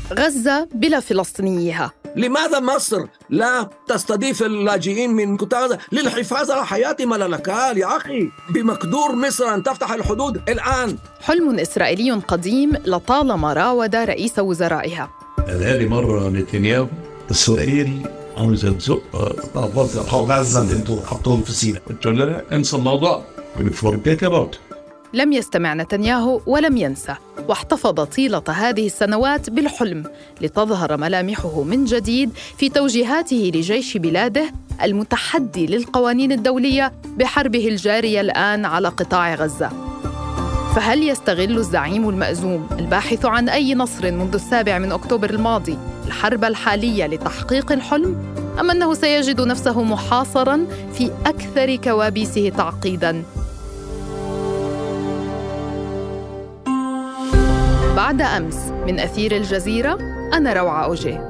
غزة بلا فلسطينيها. لماذا مصر لا تستضيف اللاجئين من قطاع غزة للحفاظ على حياتهم الأقل؟ يا أخي بمقدور مصر أن تفتح الحدود الآن. حلم إسرائيلي قديم لطالما راود رئيس وزرائها. هذه مرة نتنياهو إسرائيل عاوز تزق غزة اللي انتوا حطوهم في سيناء، قلت له لا انسى الموضوع. لم يستمع نتنياهو ولم ينسى، واحتفظ طيلة هذه السنوات بالحلم لتظهر ملامحه من جديد في توجيهاته لجيش بلاده المتحدي للقوانين الدولية بحربه الجارية الآن على قطاع غزة. فهل يستغل الزعيم المأزوم الباحث عن أي نصر منذ 7 أكتوبر الماضي الحرب الحالية لتحقيق الحلم؟ أم أنه سيجد نفسه محاصراً في أكثر كوابيسه تعقيداً؟ بعد أمس من أثير الجزيرة، أنا روعة أوجيه.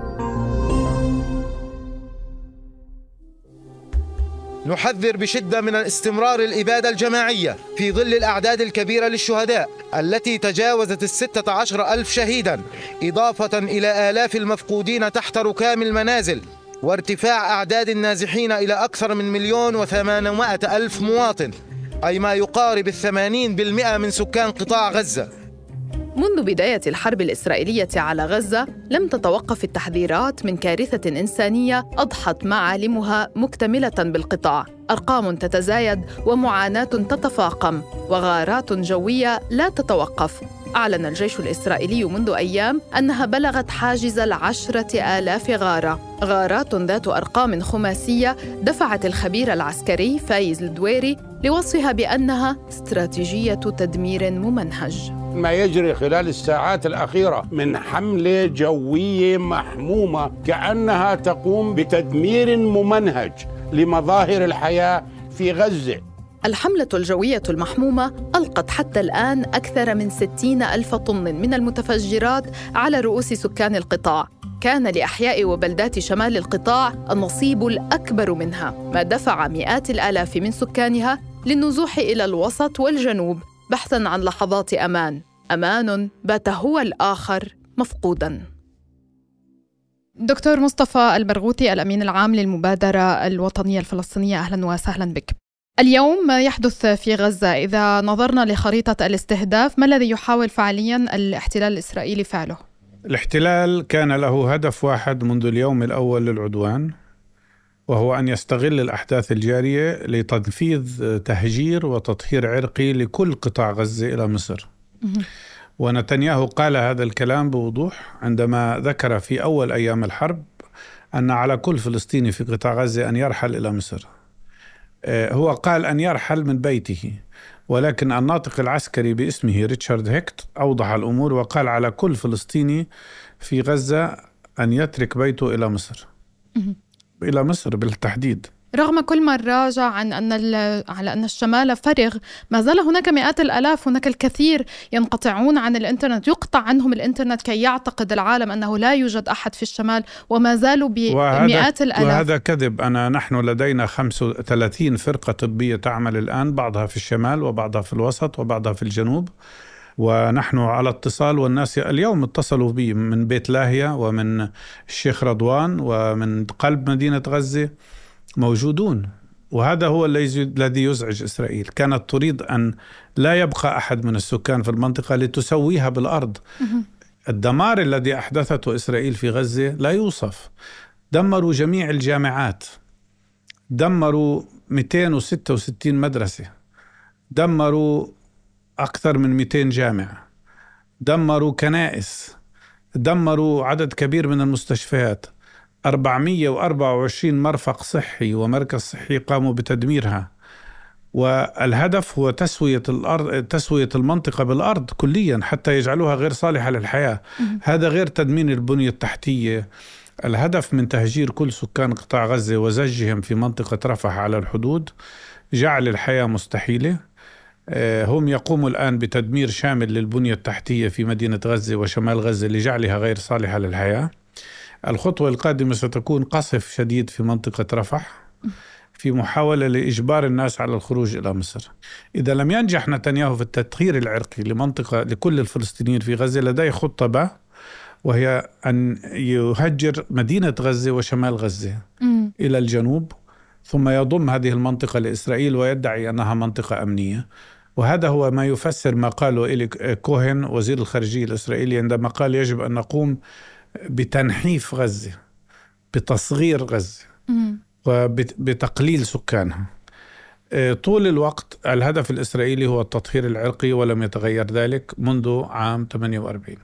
نحذر بشدة من استمرار الإبادة الجماعية في ظل الأعداد الكبيرة للشهداء التي تجاوزت 16,000 شهيداً، إضافة إلى آلاف المفقودين تحت ركام المنازل، وارتفاع أعداد النازحين إلى أكثر من 1,800,000 مواطن، أي ما يقارب 80% من سكان قطاع غزة. منذ بداية الحرب الإسرائيلية على غزة لم تتوقف التحذيرات من كارثة إنسانية أضحت معالمها مكتملة بالقطاع، أرقام تتزايد ومعاناة تتفاقم وغارات جوية لا تتوقف. أعلن الجيش الإسرائيلي منذ أيام أنها بلغت حاجز 10,000 غارة، غارات ذات أرقام خماسية دفعت الخبير العسكري فايز الدويري لوصفها بأنها استراتيجية تدمير ممنهج. ما يجري خلال الساعات الأخيرة من حملة جوية محمومة كأنها تقوم بتدمير ممنهج لمظاهر الحياة في غزة. الحملة الجوية المحمومة ألقت حتى الآن أكثر من 60,000 طن من المتفجرات على رؤوس سكان القطاع. كان لأحياء وبلدات شمال القطاع النصيب الأكبر منها، ما دفع مئات الآلاف من سكانها للنزوح إلى الوسط والجنوب بحثاً عن لحظات أمان بات هو الآخر مفقوداً. دكتور مصطفى البرغوثي، الأمين العام للمبادرة الوطنية الفلسطينية، أهلاً وسهلاً بك. اليوم ما يحدث في غزة، إذا نظرنا لخريطة الاستهداف، ما الذي يحاول فعلياً الاحتلال الإسرائيلي فعله؟ الاحتلال كان له هدف واحد منذ اليوم الأول للعدوان، وهو أن يستغل الأحداث الجارية لتنفيذ تهجير وتطهير عرقي لكل قطاع غزة إلى مصر. ونتنياهو قال هذا الكلام بوضوح عندما ذكر في أول أيام الحرب أن على كل فلسطيني في قطاع غزة أن يرحل إلى مصر. هو قال أن يرحل من بيته، ولكن الناطق العسكري باسمه ريتشارد هيكت أوضح الأمور وقال على كل فلسطيني في غزة أن يترك بيته إلى مصر. إلى مصر بالتحديد، رغم كل ما راجع عن على أن الشمال فرغ، ما زال هناك مئات الآلاف، هناك الكثير ينقطعون عن الإنترنت، يقطع عنهم الإنترنت كي يعتقد العالم أنه لا يوجد أحد في الشمال، وما زالوا بمئات الآلاف. وهذا كذب. نحن لدينا 35 فرقة طبية تعمل الآن، بعضها في الشمال وبعضها في الوسط وبعضها في الجنوب، ونحن على اتصال. والناس اليوم اتصلوا بي من بيت لاهية ومن الشيخ رضوان ومن قلب مدينة غزة موجودون. وهذا هو الذي يزعج إسرائيل. كانت تريد أن لا يبقى أحد من السكان في المنطقة لتسويها بالأرض. الدمار الذي أحدثته إسرائيل في غزة لا يوصف. دمروا جميع الجامعات، دمروا 266 مدرسة، دمروا أكثر من 200 جامعة، دمروا كنائس، دمروا عدد كبير من المستشفيات. 424 مرفق صحي ومركز صحي قاموا بتدميرها. والهدف هو تسوية المنطقة بالأرض كليا حتى يجعلوها غير صالحة للحياة. هذا غير تدمير البنية التحتية. الهدف من تهجير كل سكان قطاع غزة وزجهم في منطقة رفح على الحدود جعل الحياة مستحيلة. هم يقوموا الآن بتدمير شامل للبنية التحتية في مدينة غزة وشمال غزة لجعلها غير صالحة للحياة. الخطوة القادمة ستكون قصف شديد في منطقة رفح في محاولة لإجبار الناس على الخروج إلى مصر. إذا لم ينجح نتنياهو في التطهير العرقي لكل الفلسطينيين في غزة، لديه خطة ب، وهي أن يهجر مدينة غزة وشمال غزة إلى الجنوب، ثم يضم هذه المنطقة لإسرائيل ويدعي أنها منطقة أمنية. وهذا هو ما يفسر ما قاله إلي كوهن وزير الخارجية الإسرائيلي عندما قال يجب أن نقوم بتنحيف غزة، بتصغير غزة وبتقليل سكانها. طول الوقت الهدف الإسرائيلي هو التطهير العرقي، ولم يتغير ذلك منذ عام 48.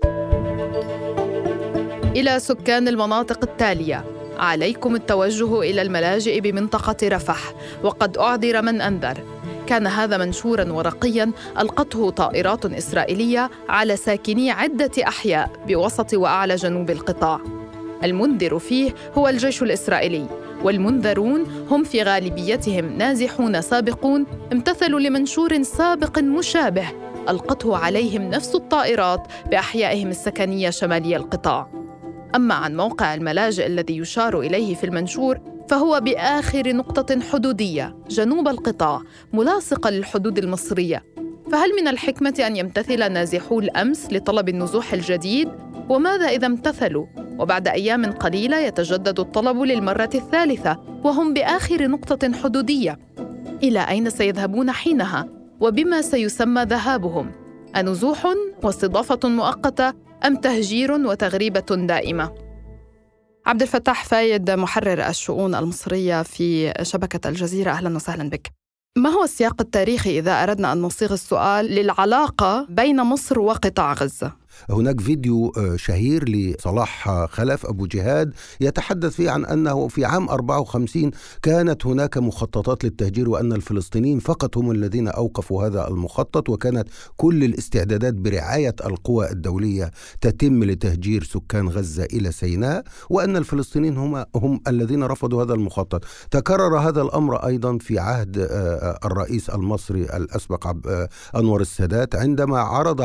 إلى سكان المناطق التالية: عليكم التوجه إلى الملاجئ بمنطقة رفح، وقد أعذر من أنذر. كان هذا منشوراً ورقياً ألقته طائرات إسرائيلية على ساكني عدة أحياء بوسط وأعلى جنوب القطاع. المنذر فيه هو الجيش الإسرائيلي، والمنذرون هم في غالبيتهم نازحون سابقون امتثلوا لمنشور سابق مشابه ألقته عليهم نفس الطائرات بأحيائهم السكنية شمالي القطاع. أما عن موقع الملاجئ الذي يشار إليه في المنشور فهو بآخر نقطة حدودية جنوب القطاع ملاصقة للحدود المصرية. فهل من الحكمة أن يمتثل نازحو الأمس لطلب النزوح الجديد؟ وماذا إذا امتثلوا وبعد أيام قليلة يتجدد الطلب للمرة الثالثة وهم بآخر نقطة حدودية؟ إلى أين سيذهبون حينها؟ وبما سيسمى ذهابهم؟ أنزوح واستضافة مؤقتة أم تهجير وتغريبة دائمة؟ عبد الفتاح فايد، محرر الشؤون المصرية في شبكة الجزيرة، أهلاً وسهلاً بك. ما هو السياق التاريخي إذا أردنا أن نصيغ السؤال للعلاقة بين مصر وقطاع غزة؟ هناك فيديو شهير لصلاح خلف أبو جهاد يتحدث فيه عن أنه في عام 54 كانت هناك مخططات للتهجير، وأن الفلسطينيين فقط هم الذين أوقفوا هذا المخطط، وكانت كل الاستعدادات برعاية القوى الدولية تتم لتهجير سكان غزة إلى سيناء، وأن الفلسطينيين هم الذين رفضوا هذا المخطط. تكرر هذا الأمر أيضا في عهد الرئيس المصري الأسبق أنور السادات، عندما عرضت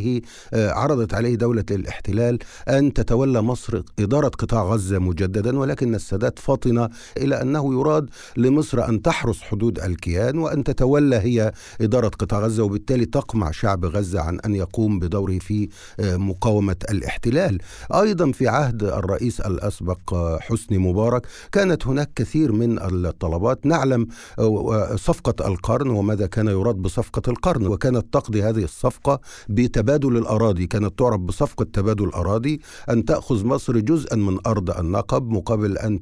عليه دولة الاحتلال أن تتولى مصر إدارة قطاع غزة مجددا، ولكن السادات فطن إلى أنه يراد لمصر أن تحرس حدود الكيان وأن تتولى هي إدارة قطاع غزة، وبالتالي تقمع شعب غزة عن أن يقوم بدوره في مقاومة الاحتلال. أيضا في عهد الرئيس الأسبق حسني مبارك كانت هناك كثير من الطلبات. نعلم صفقة القرن وماذا كان يراد بصفقة القرن، وكانت تقضي هذه الصفقة بتبادل الأراضي، كانت تعرف بصفقة تبادل الأراضي، أن تأخذ مصر جزءا من أرض النقب مقابل أن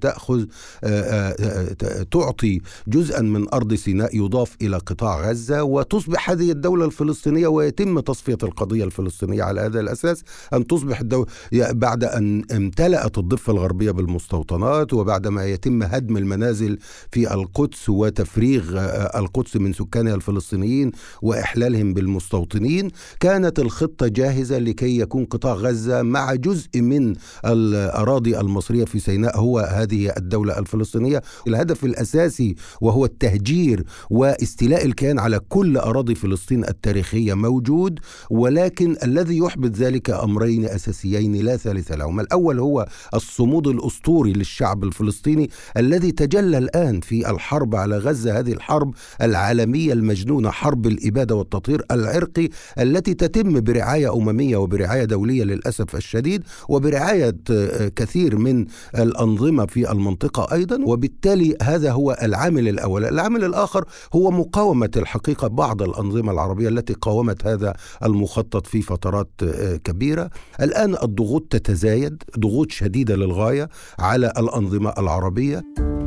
تعطي جزءا من أرض سيناء يضاف إلى قطاع غزة، وتصبح هذه الدولة الفلسطينية، ويتم تصفية القضية الفلسطينية على هذا الأساس، أن تصبح الدولة بعد أن امتلأت الضفة الغربية بالمستوطنات، وبعدما يتم هدم المنازل في القدس وتفريغ القدس من سكانها الفلسطينيين وإحلالهم بالمستوطنين، كانت الخطة جاهزة لكي يكون قطاع غزة مع جزء من الأراضي المصرية في سيناء هو هذه الدولة الفلسطينية. الهدف الأساسي وهو التهجير واستيلاء الكيان على كل أراضي فلسطين التاريخية موجود، ولكن الذي يحبط ذلك أمرين أساسيين لا ثالث لهما. الأول هو الصمود الأسطوري للشعب الفلسطيني الذي تجلى الآن في الحرب على غزة، هذه الحرب العالمية المجنونة، حرب الإبادة والتطهير العرقي التي تتم برعاية أممية وبرعاية دولية للأسف الشديد، وبرعاية كثير من الأنظمة في المنطقة أيضا. وبالتالي هذا هو العامل الأول. العامل الآخر هو مقاومة الحقيقة بعض الأنظمة العربية التي قاومت هذا المخطط في فترات كبيرة. الآن الضغوط تتزايد، ضغوط شديدة للغاية على الأنظمة العربية.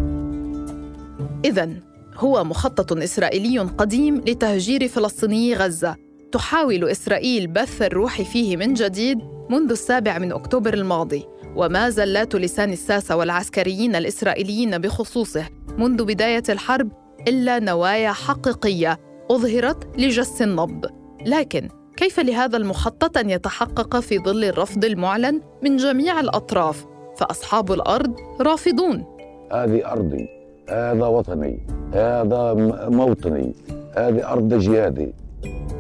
إذن هو مخطط إسرائيلي قديم لتهجير فلسطيني غزة، تحاول إسرائيل بث الروح فيه من جديد منذ 7 أكتوبر الماضي، وما زلات لسان الساسة والعسكريين الإسرائيليين بخصوصه منذ بداية الحرب إلا نوايا حقيقية أظهرت لجس النبض. لكن كيف لهذا المخطط أن يتحقق في ظل الرفض المعلن من جميع الأطراف؟ فأصحاب الأرض رافضون. هذه أرضي، هذا وطني، هذا موطني، هذه أرض جهادي.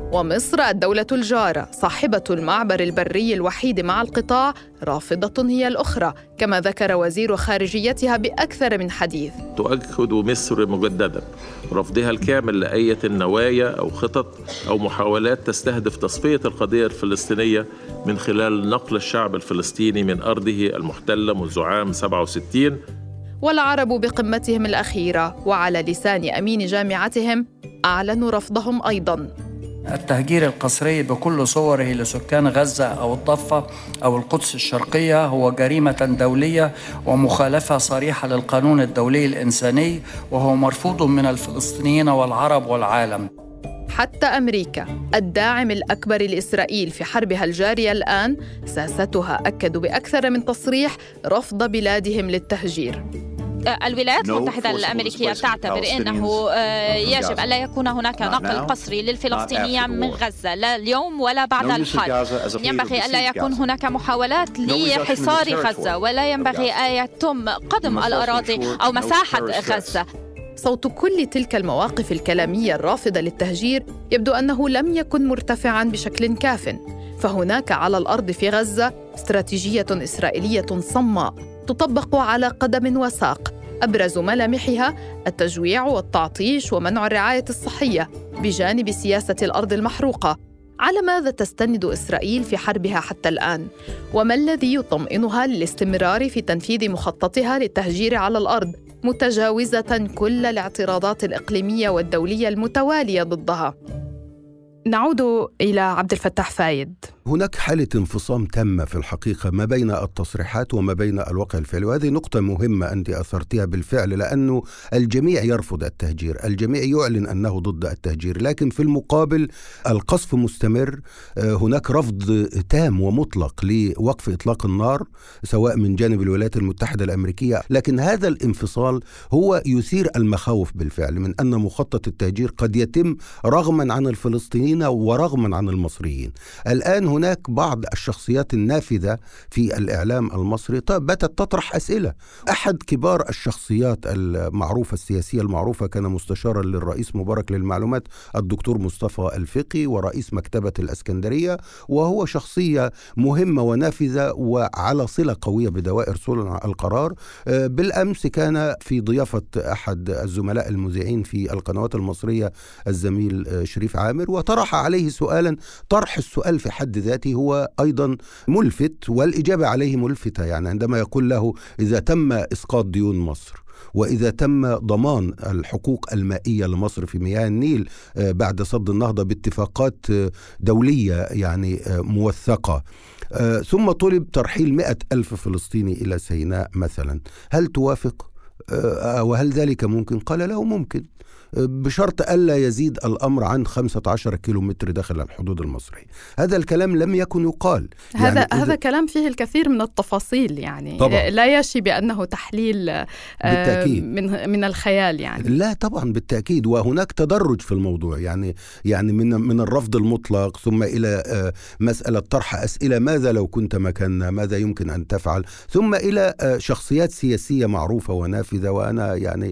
ومصر الدولة الجارة صاحبة المعبر البري الوحيد مع القطاع رافضة هي الأخرى، كما ذكر وزير خارجيتها بأكثر من حديث. تؤكد مصر مجددا رفضها الكامل لأية نوايا أو خطط أو محاولات تستهدف تصفية القضية الفلسطينية من خلال نقل الشعب الفلسطيني من أرضه المحتلة منذ عام 67. والعرب بقمتهم الأخيرة وعلى لسان أمين جامعتهم أعلنوا رفضهم أيضاً. التهجير القسري بكل صوره لسكان غزة أو الضفة أو القدس الشرقية هو جريمة دولية ومخالفة صريحة للقانون الدولي الإنساني، وهو مرفوض من الفلسطينيين والعرب والعالم. حتى أمريكا الداعم الأكبر لإسرائيل في حربها الجارية الآن، ساستها أكدوا بأكثر من تصريح رفض بلادهم للتهجير. الولايات المتحدة الأمريكية تعتبر أنه يجب ألا يكون هناك نقل قسري للفلسطينيين من غزة، لا اليوم ولا بعد الحرب. ينبغي ألا يكون هناك محاولات لحصار غزة، ولا ينبغي أن يتم قدم الأراضي أو مساحة غزة. صوت كل تلك المواقف الكلامية الرافضة للتهجير يبدو أنه لم يكن مرتفعاً بشكل كاف، فهناك على الأرض في غزة استراتيجية إسرائيلية صماء تطبق على قدم وساق، أبرز ملامحها التجويع والتعطيش ومنع الرعاية الصحية بجانب سياسة الأرض المحروقة. على ماذا تستند إسرائيل في حربها حتى الآن؟ وما الذي يطمئنها للاستمرار في تنفيذ مخططها للتهجير على الأرض، متجاوزة كل الاعتراضات الإقليمية والدولية المتوالية ضدها؟ نعود إلى عبد الفتاح فايد. هناك حالة انفصام تامة في الحقيقة ما بين التصريحات وما بين الواقع الفعلي، وهذه نقطة مهمة أنت أثرتها بالفعل، لأنه الجميع يرفض التهجير، الجميع يعلن أنه ضد التهجير، لكن في المقابل القصف مستمر. هناك رفض تام ومطلق لوقف إطلاق النار سواء من جانب الولايات المتحدة الأمريكية، لكن هذا الانفصال هو يثير المخاوف بالفعل من أن مخطط التهجير قد يتم رغما عن الفلسطينيين ورغما عن المصريين. الآن هناك بعض الشخصيات النافذة في الإعلام المصري باتت تطرح أسئلة. أحد كبار الشخصيات المعروفة السياسية المعروفة كان مستشارا للرئيس مبارك للمعلومات الدكتور مصطفى الفقي ورئيس مكتبة الإسكندرية، وهو شخصية مهمة ونافذة وعلى صلة قوية بدوائر صنع القرار. بالأمس كان في ضيافة أحد الزملاء المذيعين في القنوات المصرية الزميل شريف عامر، وطرح عليه سؤالا. طرح السؤال في حد ذاته هو أيضا ملفت، والإجابة عليه ملفتة، يعني عندما يقول له إذا تم إسقاط ديون مصر وإذا تم ضمان الحقوق المائية لمصر في مياه النيل بعد صد النهضة باتفاقات دولية يعني موثقة، ثم طلب ترحيل 100,000 فلسطيني إلى سيناء مثلا، هل توافق؟ وهل ذلك ممكن؟ قال له ممكن، بشرط ألا يزيد الأمر عن 15 كيلومتر داخل الحدود المصرية. هذا الكلام لم يكن يقال. هذا كلام فيه الكثير من التفاصيل، يعني طبعا. لا يشي بأنه تحليل من الخيال يعني. لا طبعا بالتأكيد، وهناك تدرج في الموضوع، يعني من الرفض المطلق ثم إلى مسألة طرح أسئلة ماذا لو كنت مكاننا، ماذا يمكن أن تفعل، ثم إلى شخصيات سياسية معروفة ونافذة. وأنا يعني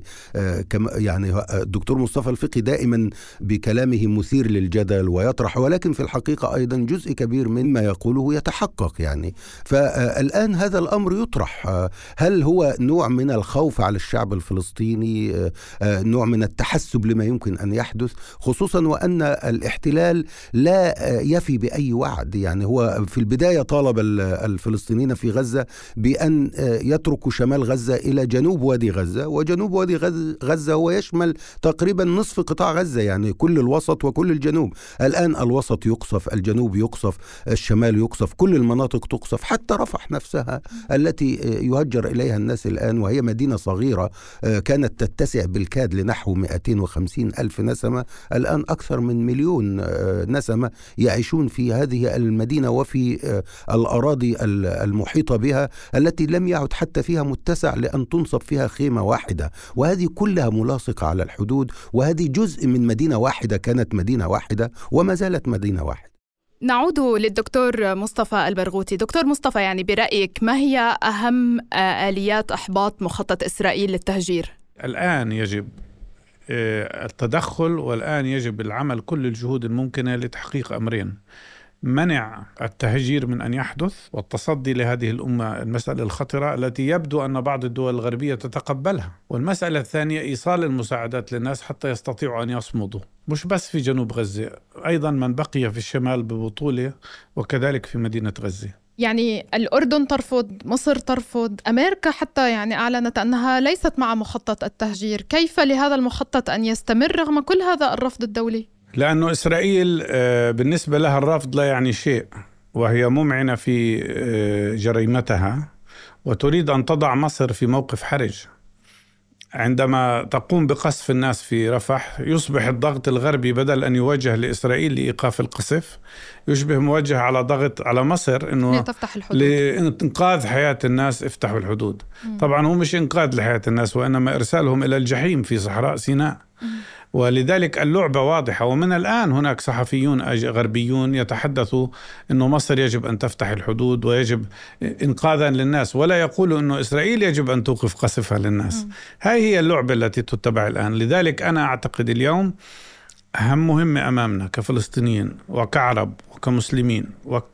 الدكتور مصطفى الفقي دائما بكلامه مثير للجدل ويطرح، ولكن في الحقيقة أيضا جزء كبير مما يقوله يتحقق يعني. فالآن هذا الأمر يطرح، هل هو نوع من الخوف على الشعب الفلسطيني، نوع من التحسب لما يمكن أن يحدث، خصوصا وأن الاحتلال لا يفي بأي وعد. يعني هو في البداية طالب الفلسطينيين في غزة بأن يتركوا شمال غزة إلى جنوب وادي غزة، وجنوب وادي غزة هو يشمل تقريبا نصف قطاع غزة، يعني كل الوسط وكل الجنوب. الآن الوسط يقصف، الجنوب يقصف، الشمال يقصف، كل المناطق تقصف، حتى رفح نفسها التي يهجر إليها الناس الآن، وهي مدينة صغيرة كانت تتسع بالكاد لنحو 250,000 نسمة، الآن أكثر من 1,000,000 نسمة يعيشون في هذه المدينة وفي الأراضي المحيطة بها التي لم يعد حتى فيها متسع لأن تنصب فيها خيمة واحدة، وهذه كلها ملاصقة على الحدود، وهذه جزء من مدينة واحدة كانت مدينة واحدة وما زالت مدينة واحدة. نعود للدكتور مصطفى البرغوثي. دكتور مصطفى، يعني برأيك ما هي أهم آليات إحباط مخطط إسرائيل للتهجير؟ الآن يجب التدخل، والآن يجب العمل كل الجهود الممكنة لتحقيق أمرين: منع التهجير من أن يحدث، والتصدي لهذه المسألة الخطرة التي يبدو أن بعض الدول الغربية تتقبلها، والمسألة الثانية إيصال المساعدات للناس حتى يستطيعوا أن يصمدوا، مش بس في جنوب غزة، أيضا من بقي في الشمال ببطولة، وكذلك في مدينة غزة. يعني الأردن ترفض، مصر ترفض، أمريكا حتى يعني أعلنت أنها ليست مع مخطط التهجير. كيف لهذا المخطط أن يستمر رغم كل هذا الرفض الدولي؟ لأنه إسرائيل بالنسبة لها الرفض لا يعني شيء، وهي ممعنة في جريمتها، وتريد أن تضع مصر في موقف حرج. عندما تقوم بقصف الناس في رفح، يصبح الضغط الغربي بدل أن يوجه لإسرائيل لإيقاف القصف، يشبه موجه على ضغط على مصر إنه لإنقاذ حياة الناس افتحوا الحدود. طبعا هو مش إنقاذ لحياة الناس، وإنما إرسالهم إلى الجحيم في صحراء سيناء. ولذلك اللعبة واضحة. ومن الآن هناك صحفيون غربيون يتحدثوا أنه مصر يجب أن تفتح الحدود ويجب إنقاذا للناس، ولا يقولوا أنه إسرائيل يجب أن توقف قصفها للناس. هاي هي اللعبة التي تتبع الآن. لذلك أنا أعتقد اليوم أهم مهمة أمامنا كفلسطينيين وكعرب وكمسلمين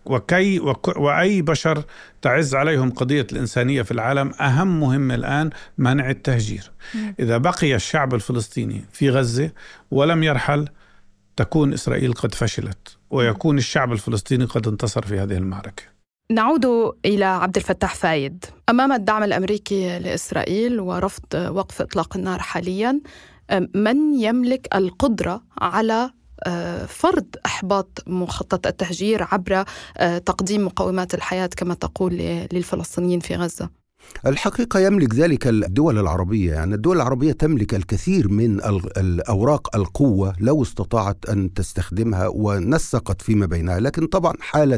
وأي بشر تعز عليهم قضية الإنسانية في العالم، أهم مهمة الآن منع التهجير. إذا بقي الشعب الفلسطيني في غزة ولم يرحل، تكون إسرائيل قد فشلت، ويكون الشعب الفلسطيني قد انتصر في هذه المعركة. نعود إلى عبد الفتاح فايد. أمام الدعم الأمريكي لإسرائيل ورفض وقف إطلاق النار حالياً، من يملك القدرة على فرض إحباط مخطط التهجير عبر تقديم مقومات الحياة كما تقول للفلسطينيين في غزة؟ الحقيقة يملك ذلك الدول العربية. يعني الدول العربية تملك الكثير من الأوراق القوة لو استطاعت أن تستخدمها ونسقت فيما بينها. لكن طبعا حالة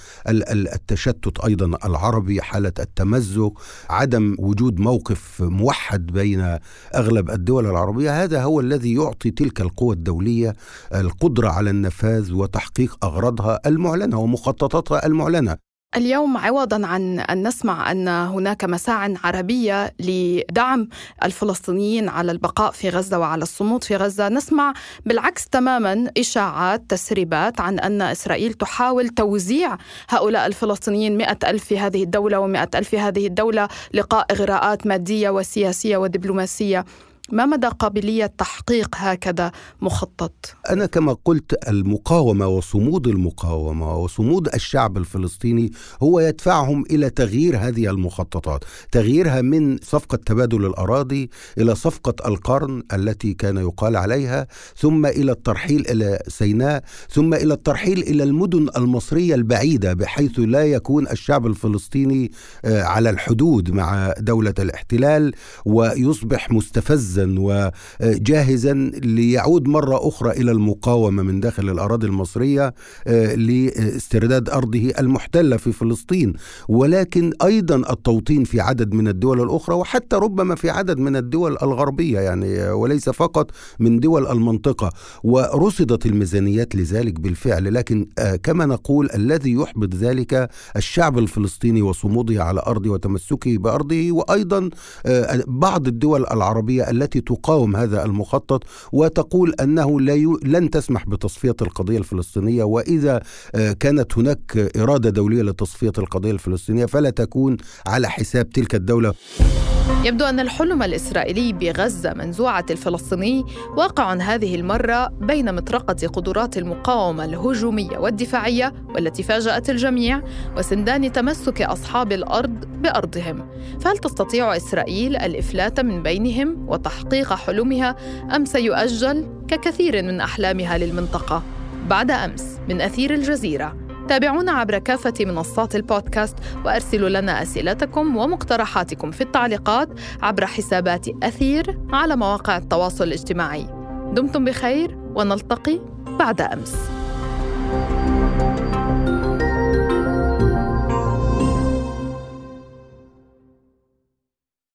التشتت أيضا العربي، حالة التمزق، عدم وجود موقف موحد بين أغلب الدول العربية، هذا هو الذي يعطي تلك القوى الدولية القدرة على النفاذ وتحقيق أغراضها المعلنة ومخططاتها المعلنة. اليوم عوضاً عن أن نسمع أن هناك مساعٍ عربية لدعم الفلسطينيين على البقاء في غزة وعلى الصمود في غزة، نسمع بالعكس تماماً إشاعات، تسريبات عن أن إسرائيل تحاول توزيع هؤلاء الفلسطينيين 100,000 في هذه الدولة و100,000 في هذه الدولة لقاء إغراءات مادية وسياسية ودبلوماسية. ما مدى قابلية تحقيق هكذا مخطط؟ أنا كما قلت، المقاومة وصمود المقاومة وصمود الشعب الفلسطيني هو يدفعهم إلى تغيير هذه المخططات، تغييرها من صفقة تبادل الأراضي إلى صفقة القرن التي كان يقال عليها، ثم إلى الترحيل إلى سيناء، ثم إلى الترحيل إلى المدن المصرية البعيدة، بحيث لا يكون الشعب الفلسطيني على الحدود مع دولة الاحتلال ويصبح مستفزا وجاهزا ليعود مرة أخرى إلى المقاومة من داخل الأراضي المصرية لاسترداد أرضه المحتلة في فلسطين. ولكن أيضا التوطين في عدد من الدول الأخرى، وحتى ربما في عدد من الدول الغربية، يعني وليس فقط من دول المنطقة. ورصدت الميزانيات لذلك بالفعل. لكن كما نقول، الذي يحبط ذلك الشعب الفلسطيني وصموده على أرضه وتمسكه بأرضه، وأيضا بعض الدول العربية التي تقاوم هذا المخطط وتقول أنه لن تسمح بتصفية القضية الفلسطينية، وإذا كانت هناك إرادة دولية لتصفية القضية الفلسطينية فلا تكون على حساب تلك الدولة. يبدو أن الحلم الإسرائيلي بغزة منزوعة الفلسطيني واقع هذه المرة بين مطرقة قدرات المقاومة الهجومية والدفاعية والتي فاجأت الجميع، وسندان تمسك أصحاب الأرض بأرضهم. فهل تستطيع إسرائيل الإفلات من بينهم وتحقيق حلمها، أم سيؤجل ككثير من أحلامها للمنطقة؟ بعد أمس من أثير الجزيرة. تابعونا عبر كافة منصات البودكاست، وأرسلوا لنا أسئلتكم ومقترحاتكم في التعليقات عبر حسابات أثير على مواقع التواصل الاجتماعي. دمتم بخير، ونلتقي بعد أمس.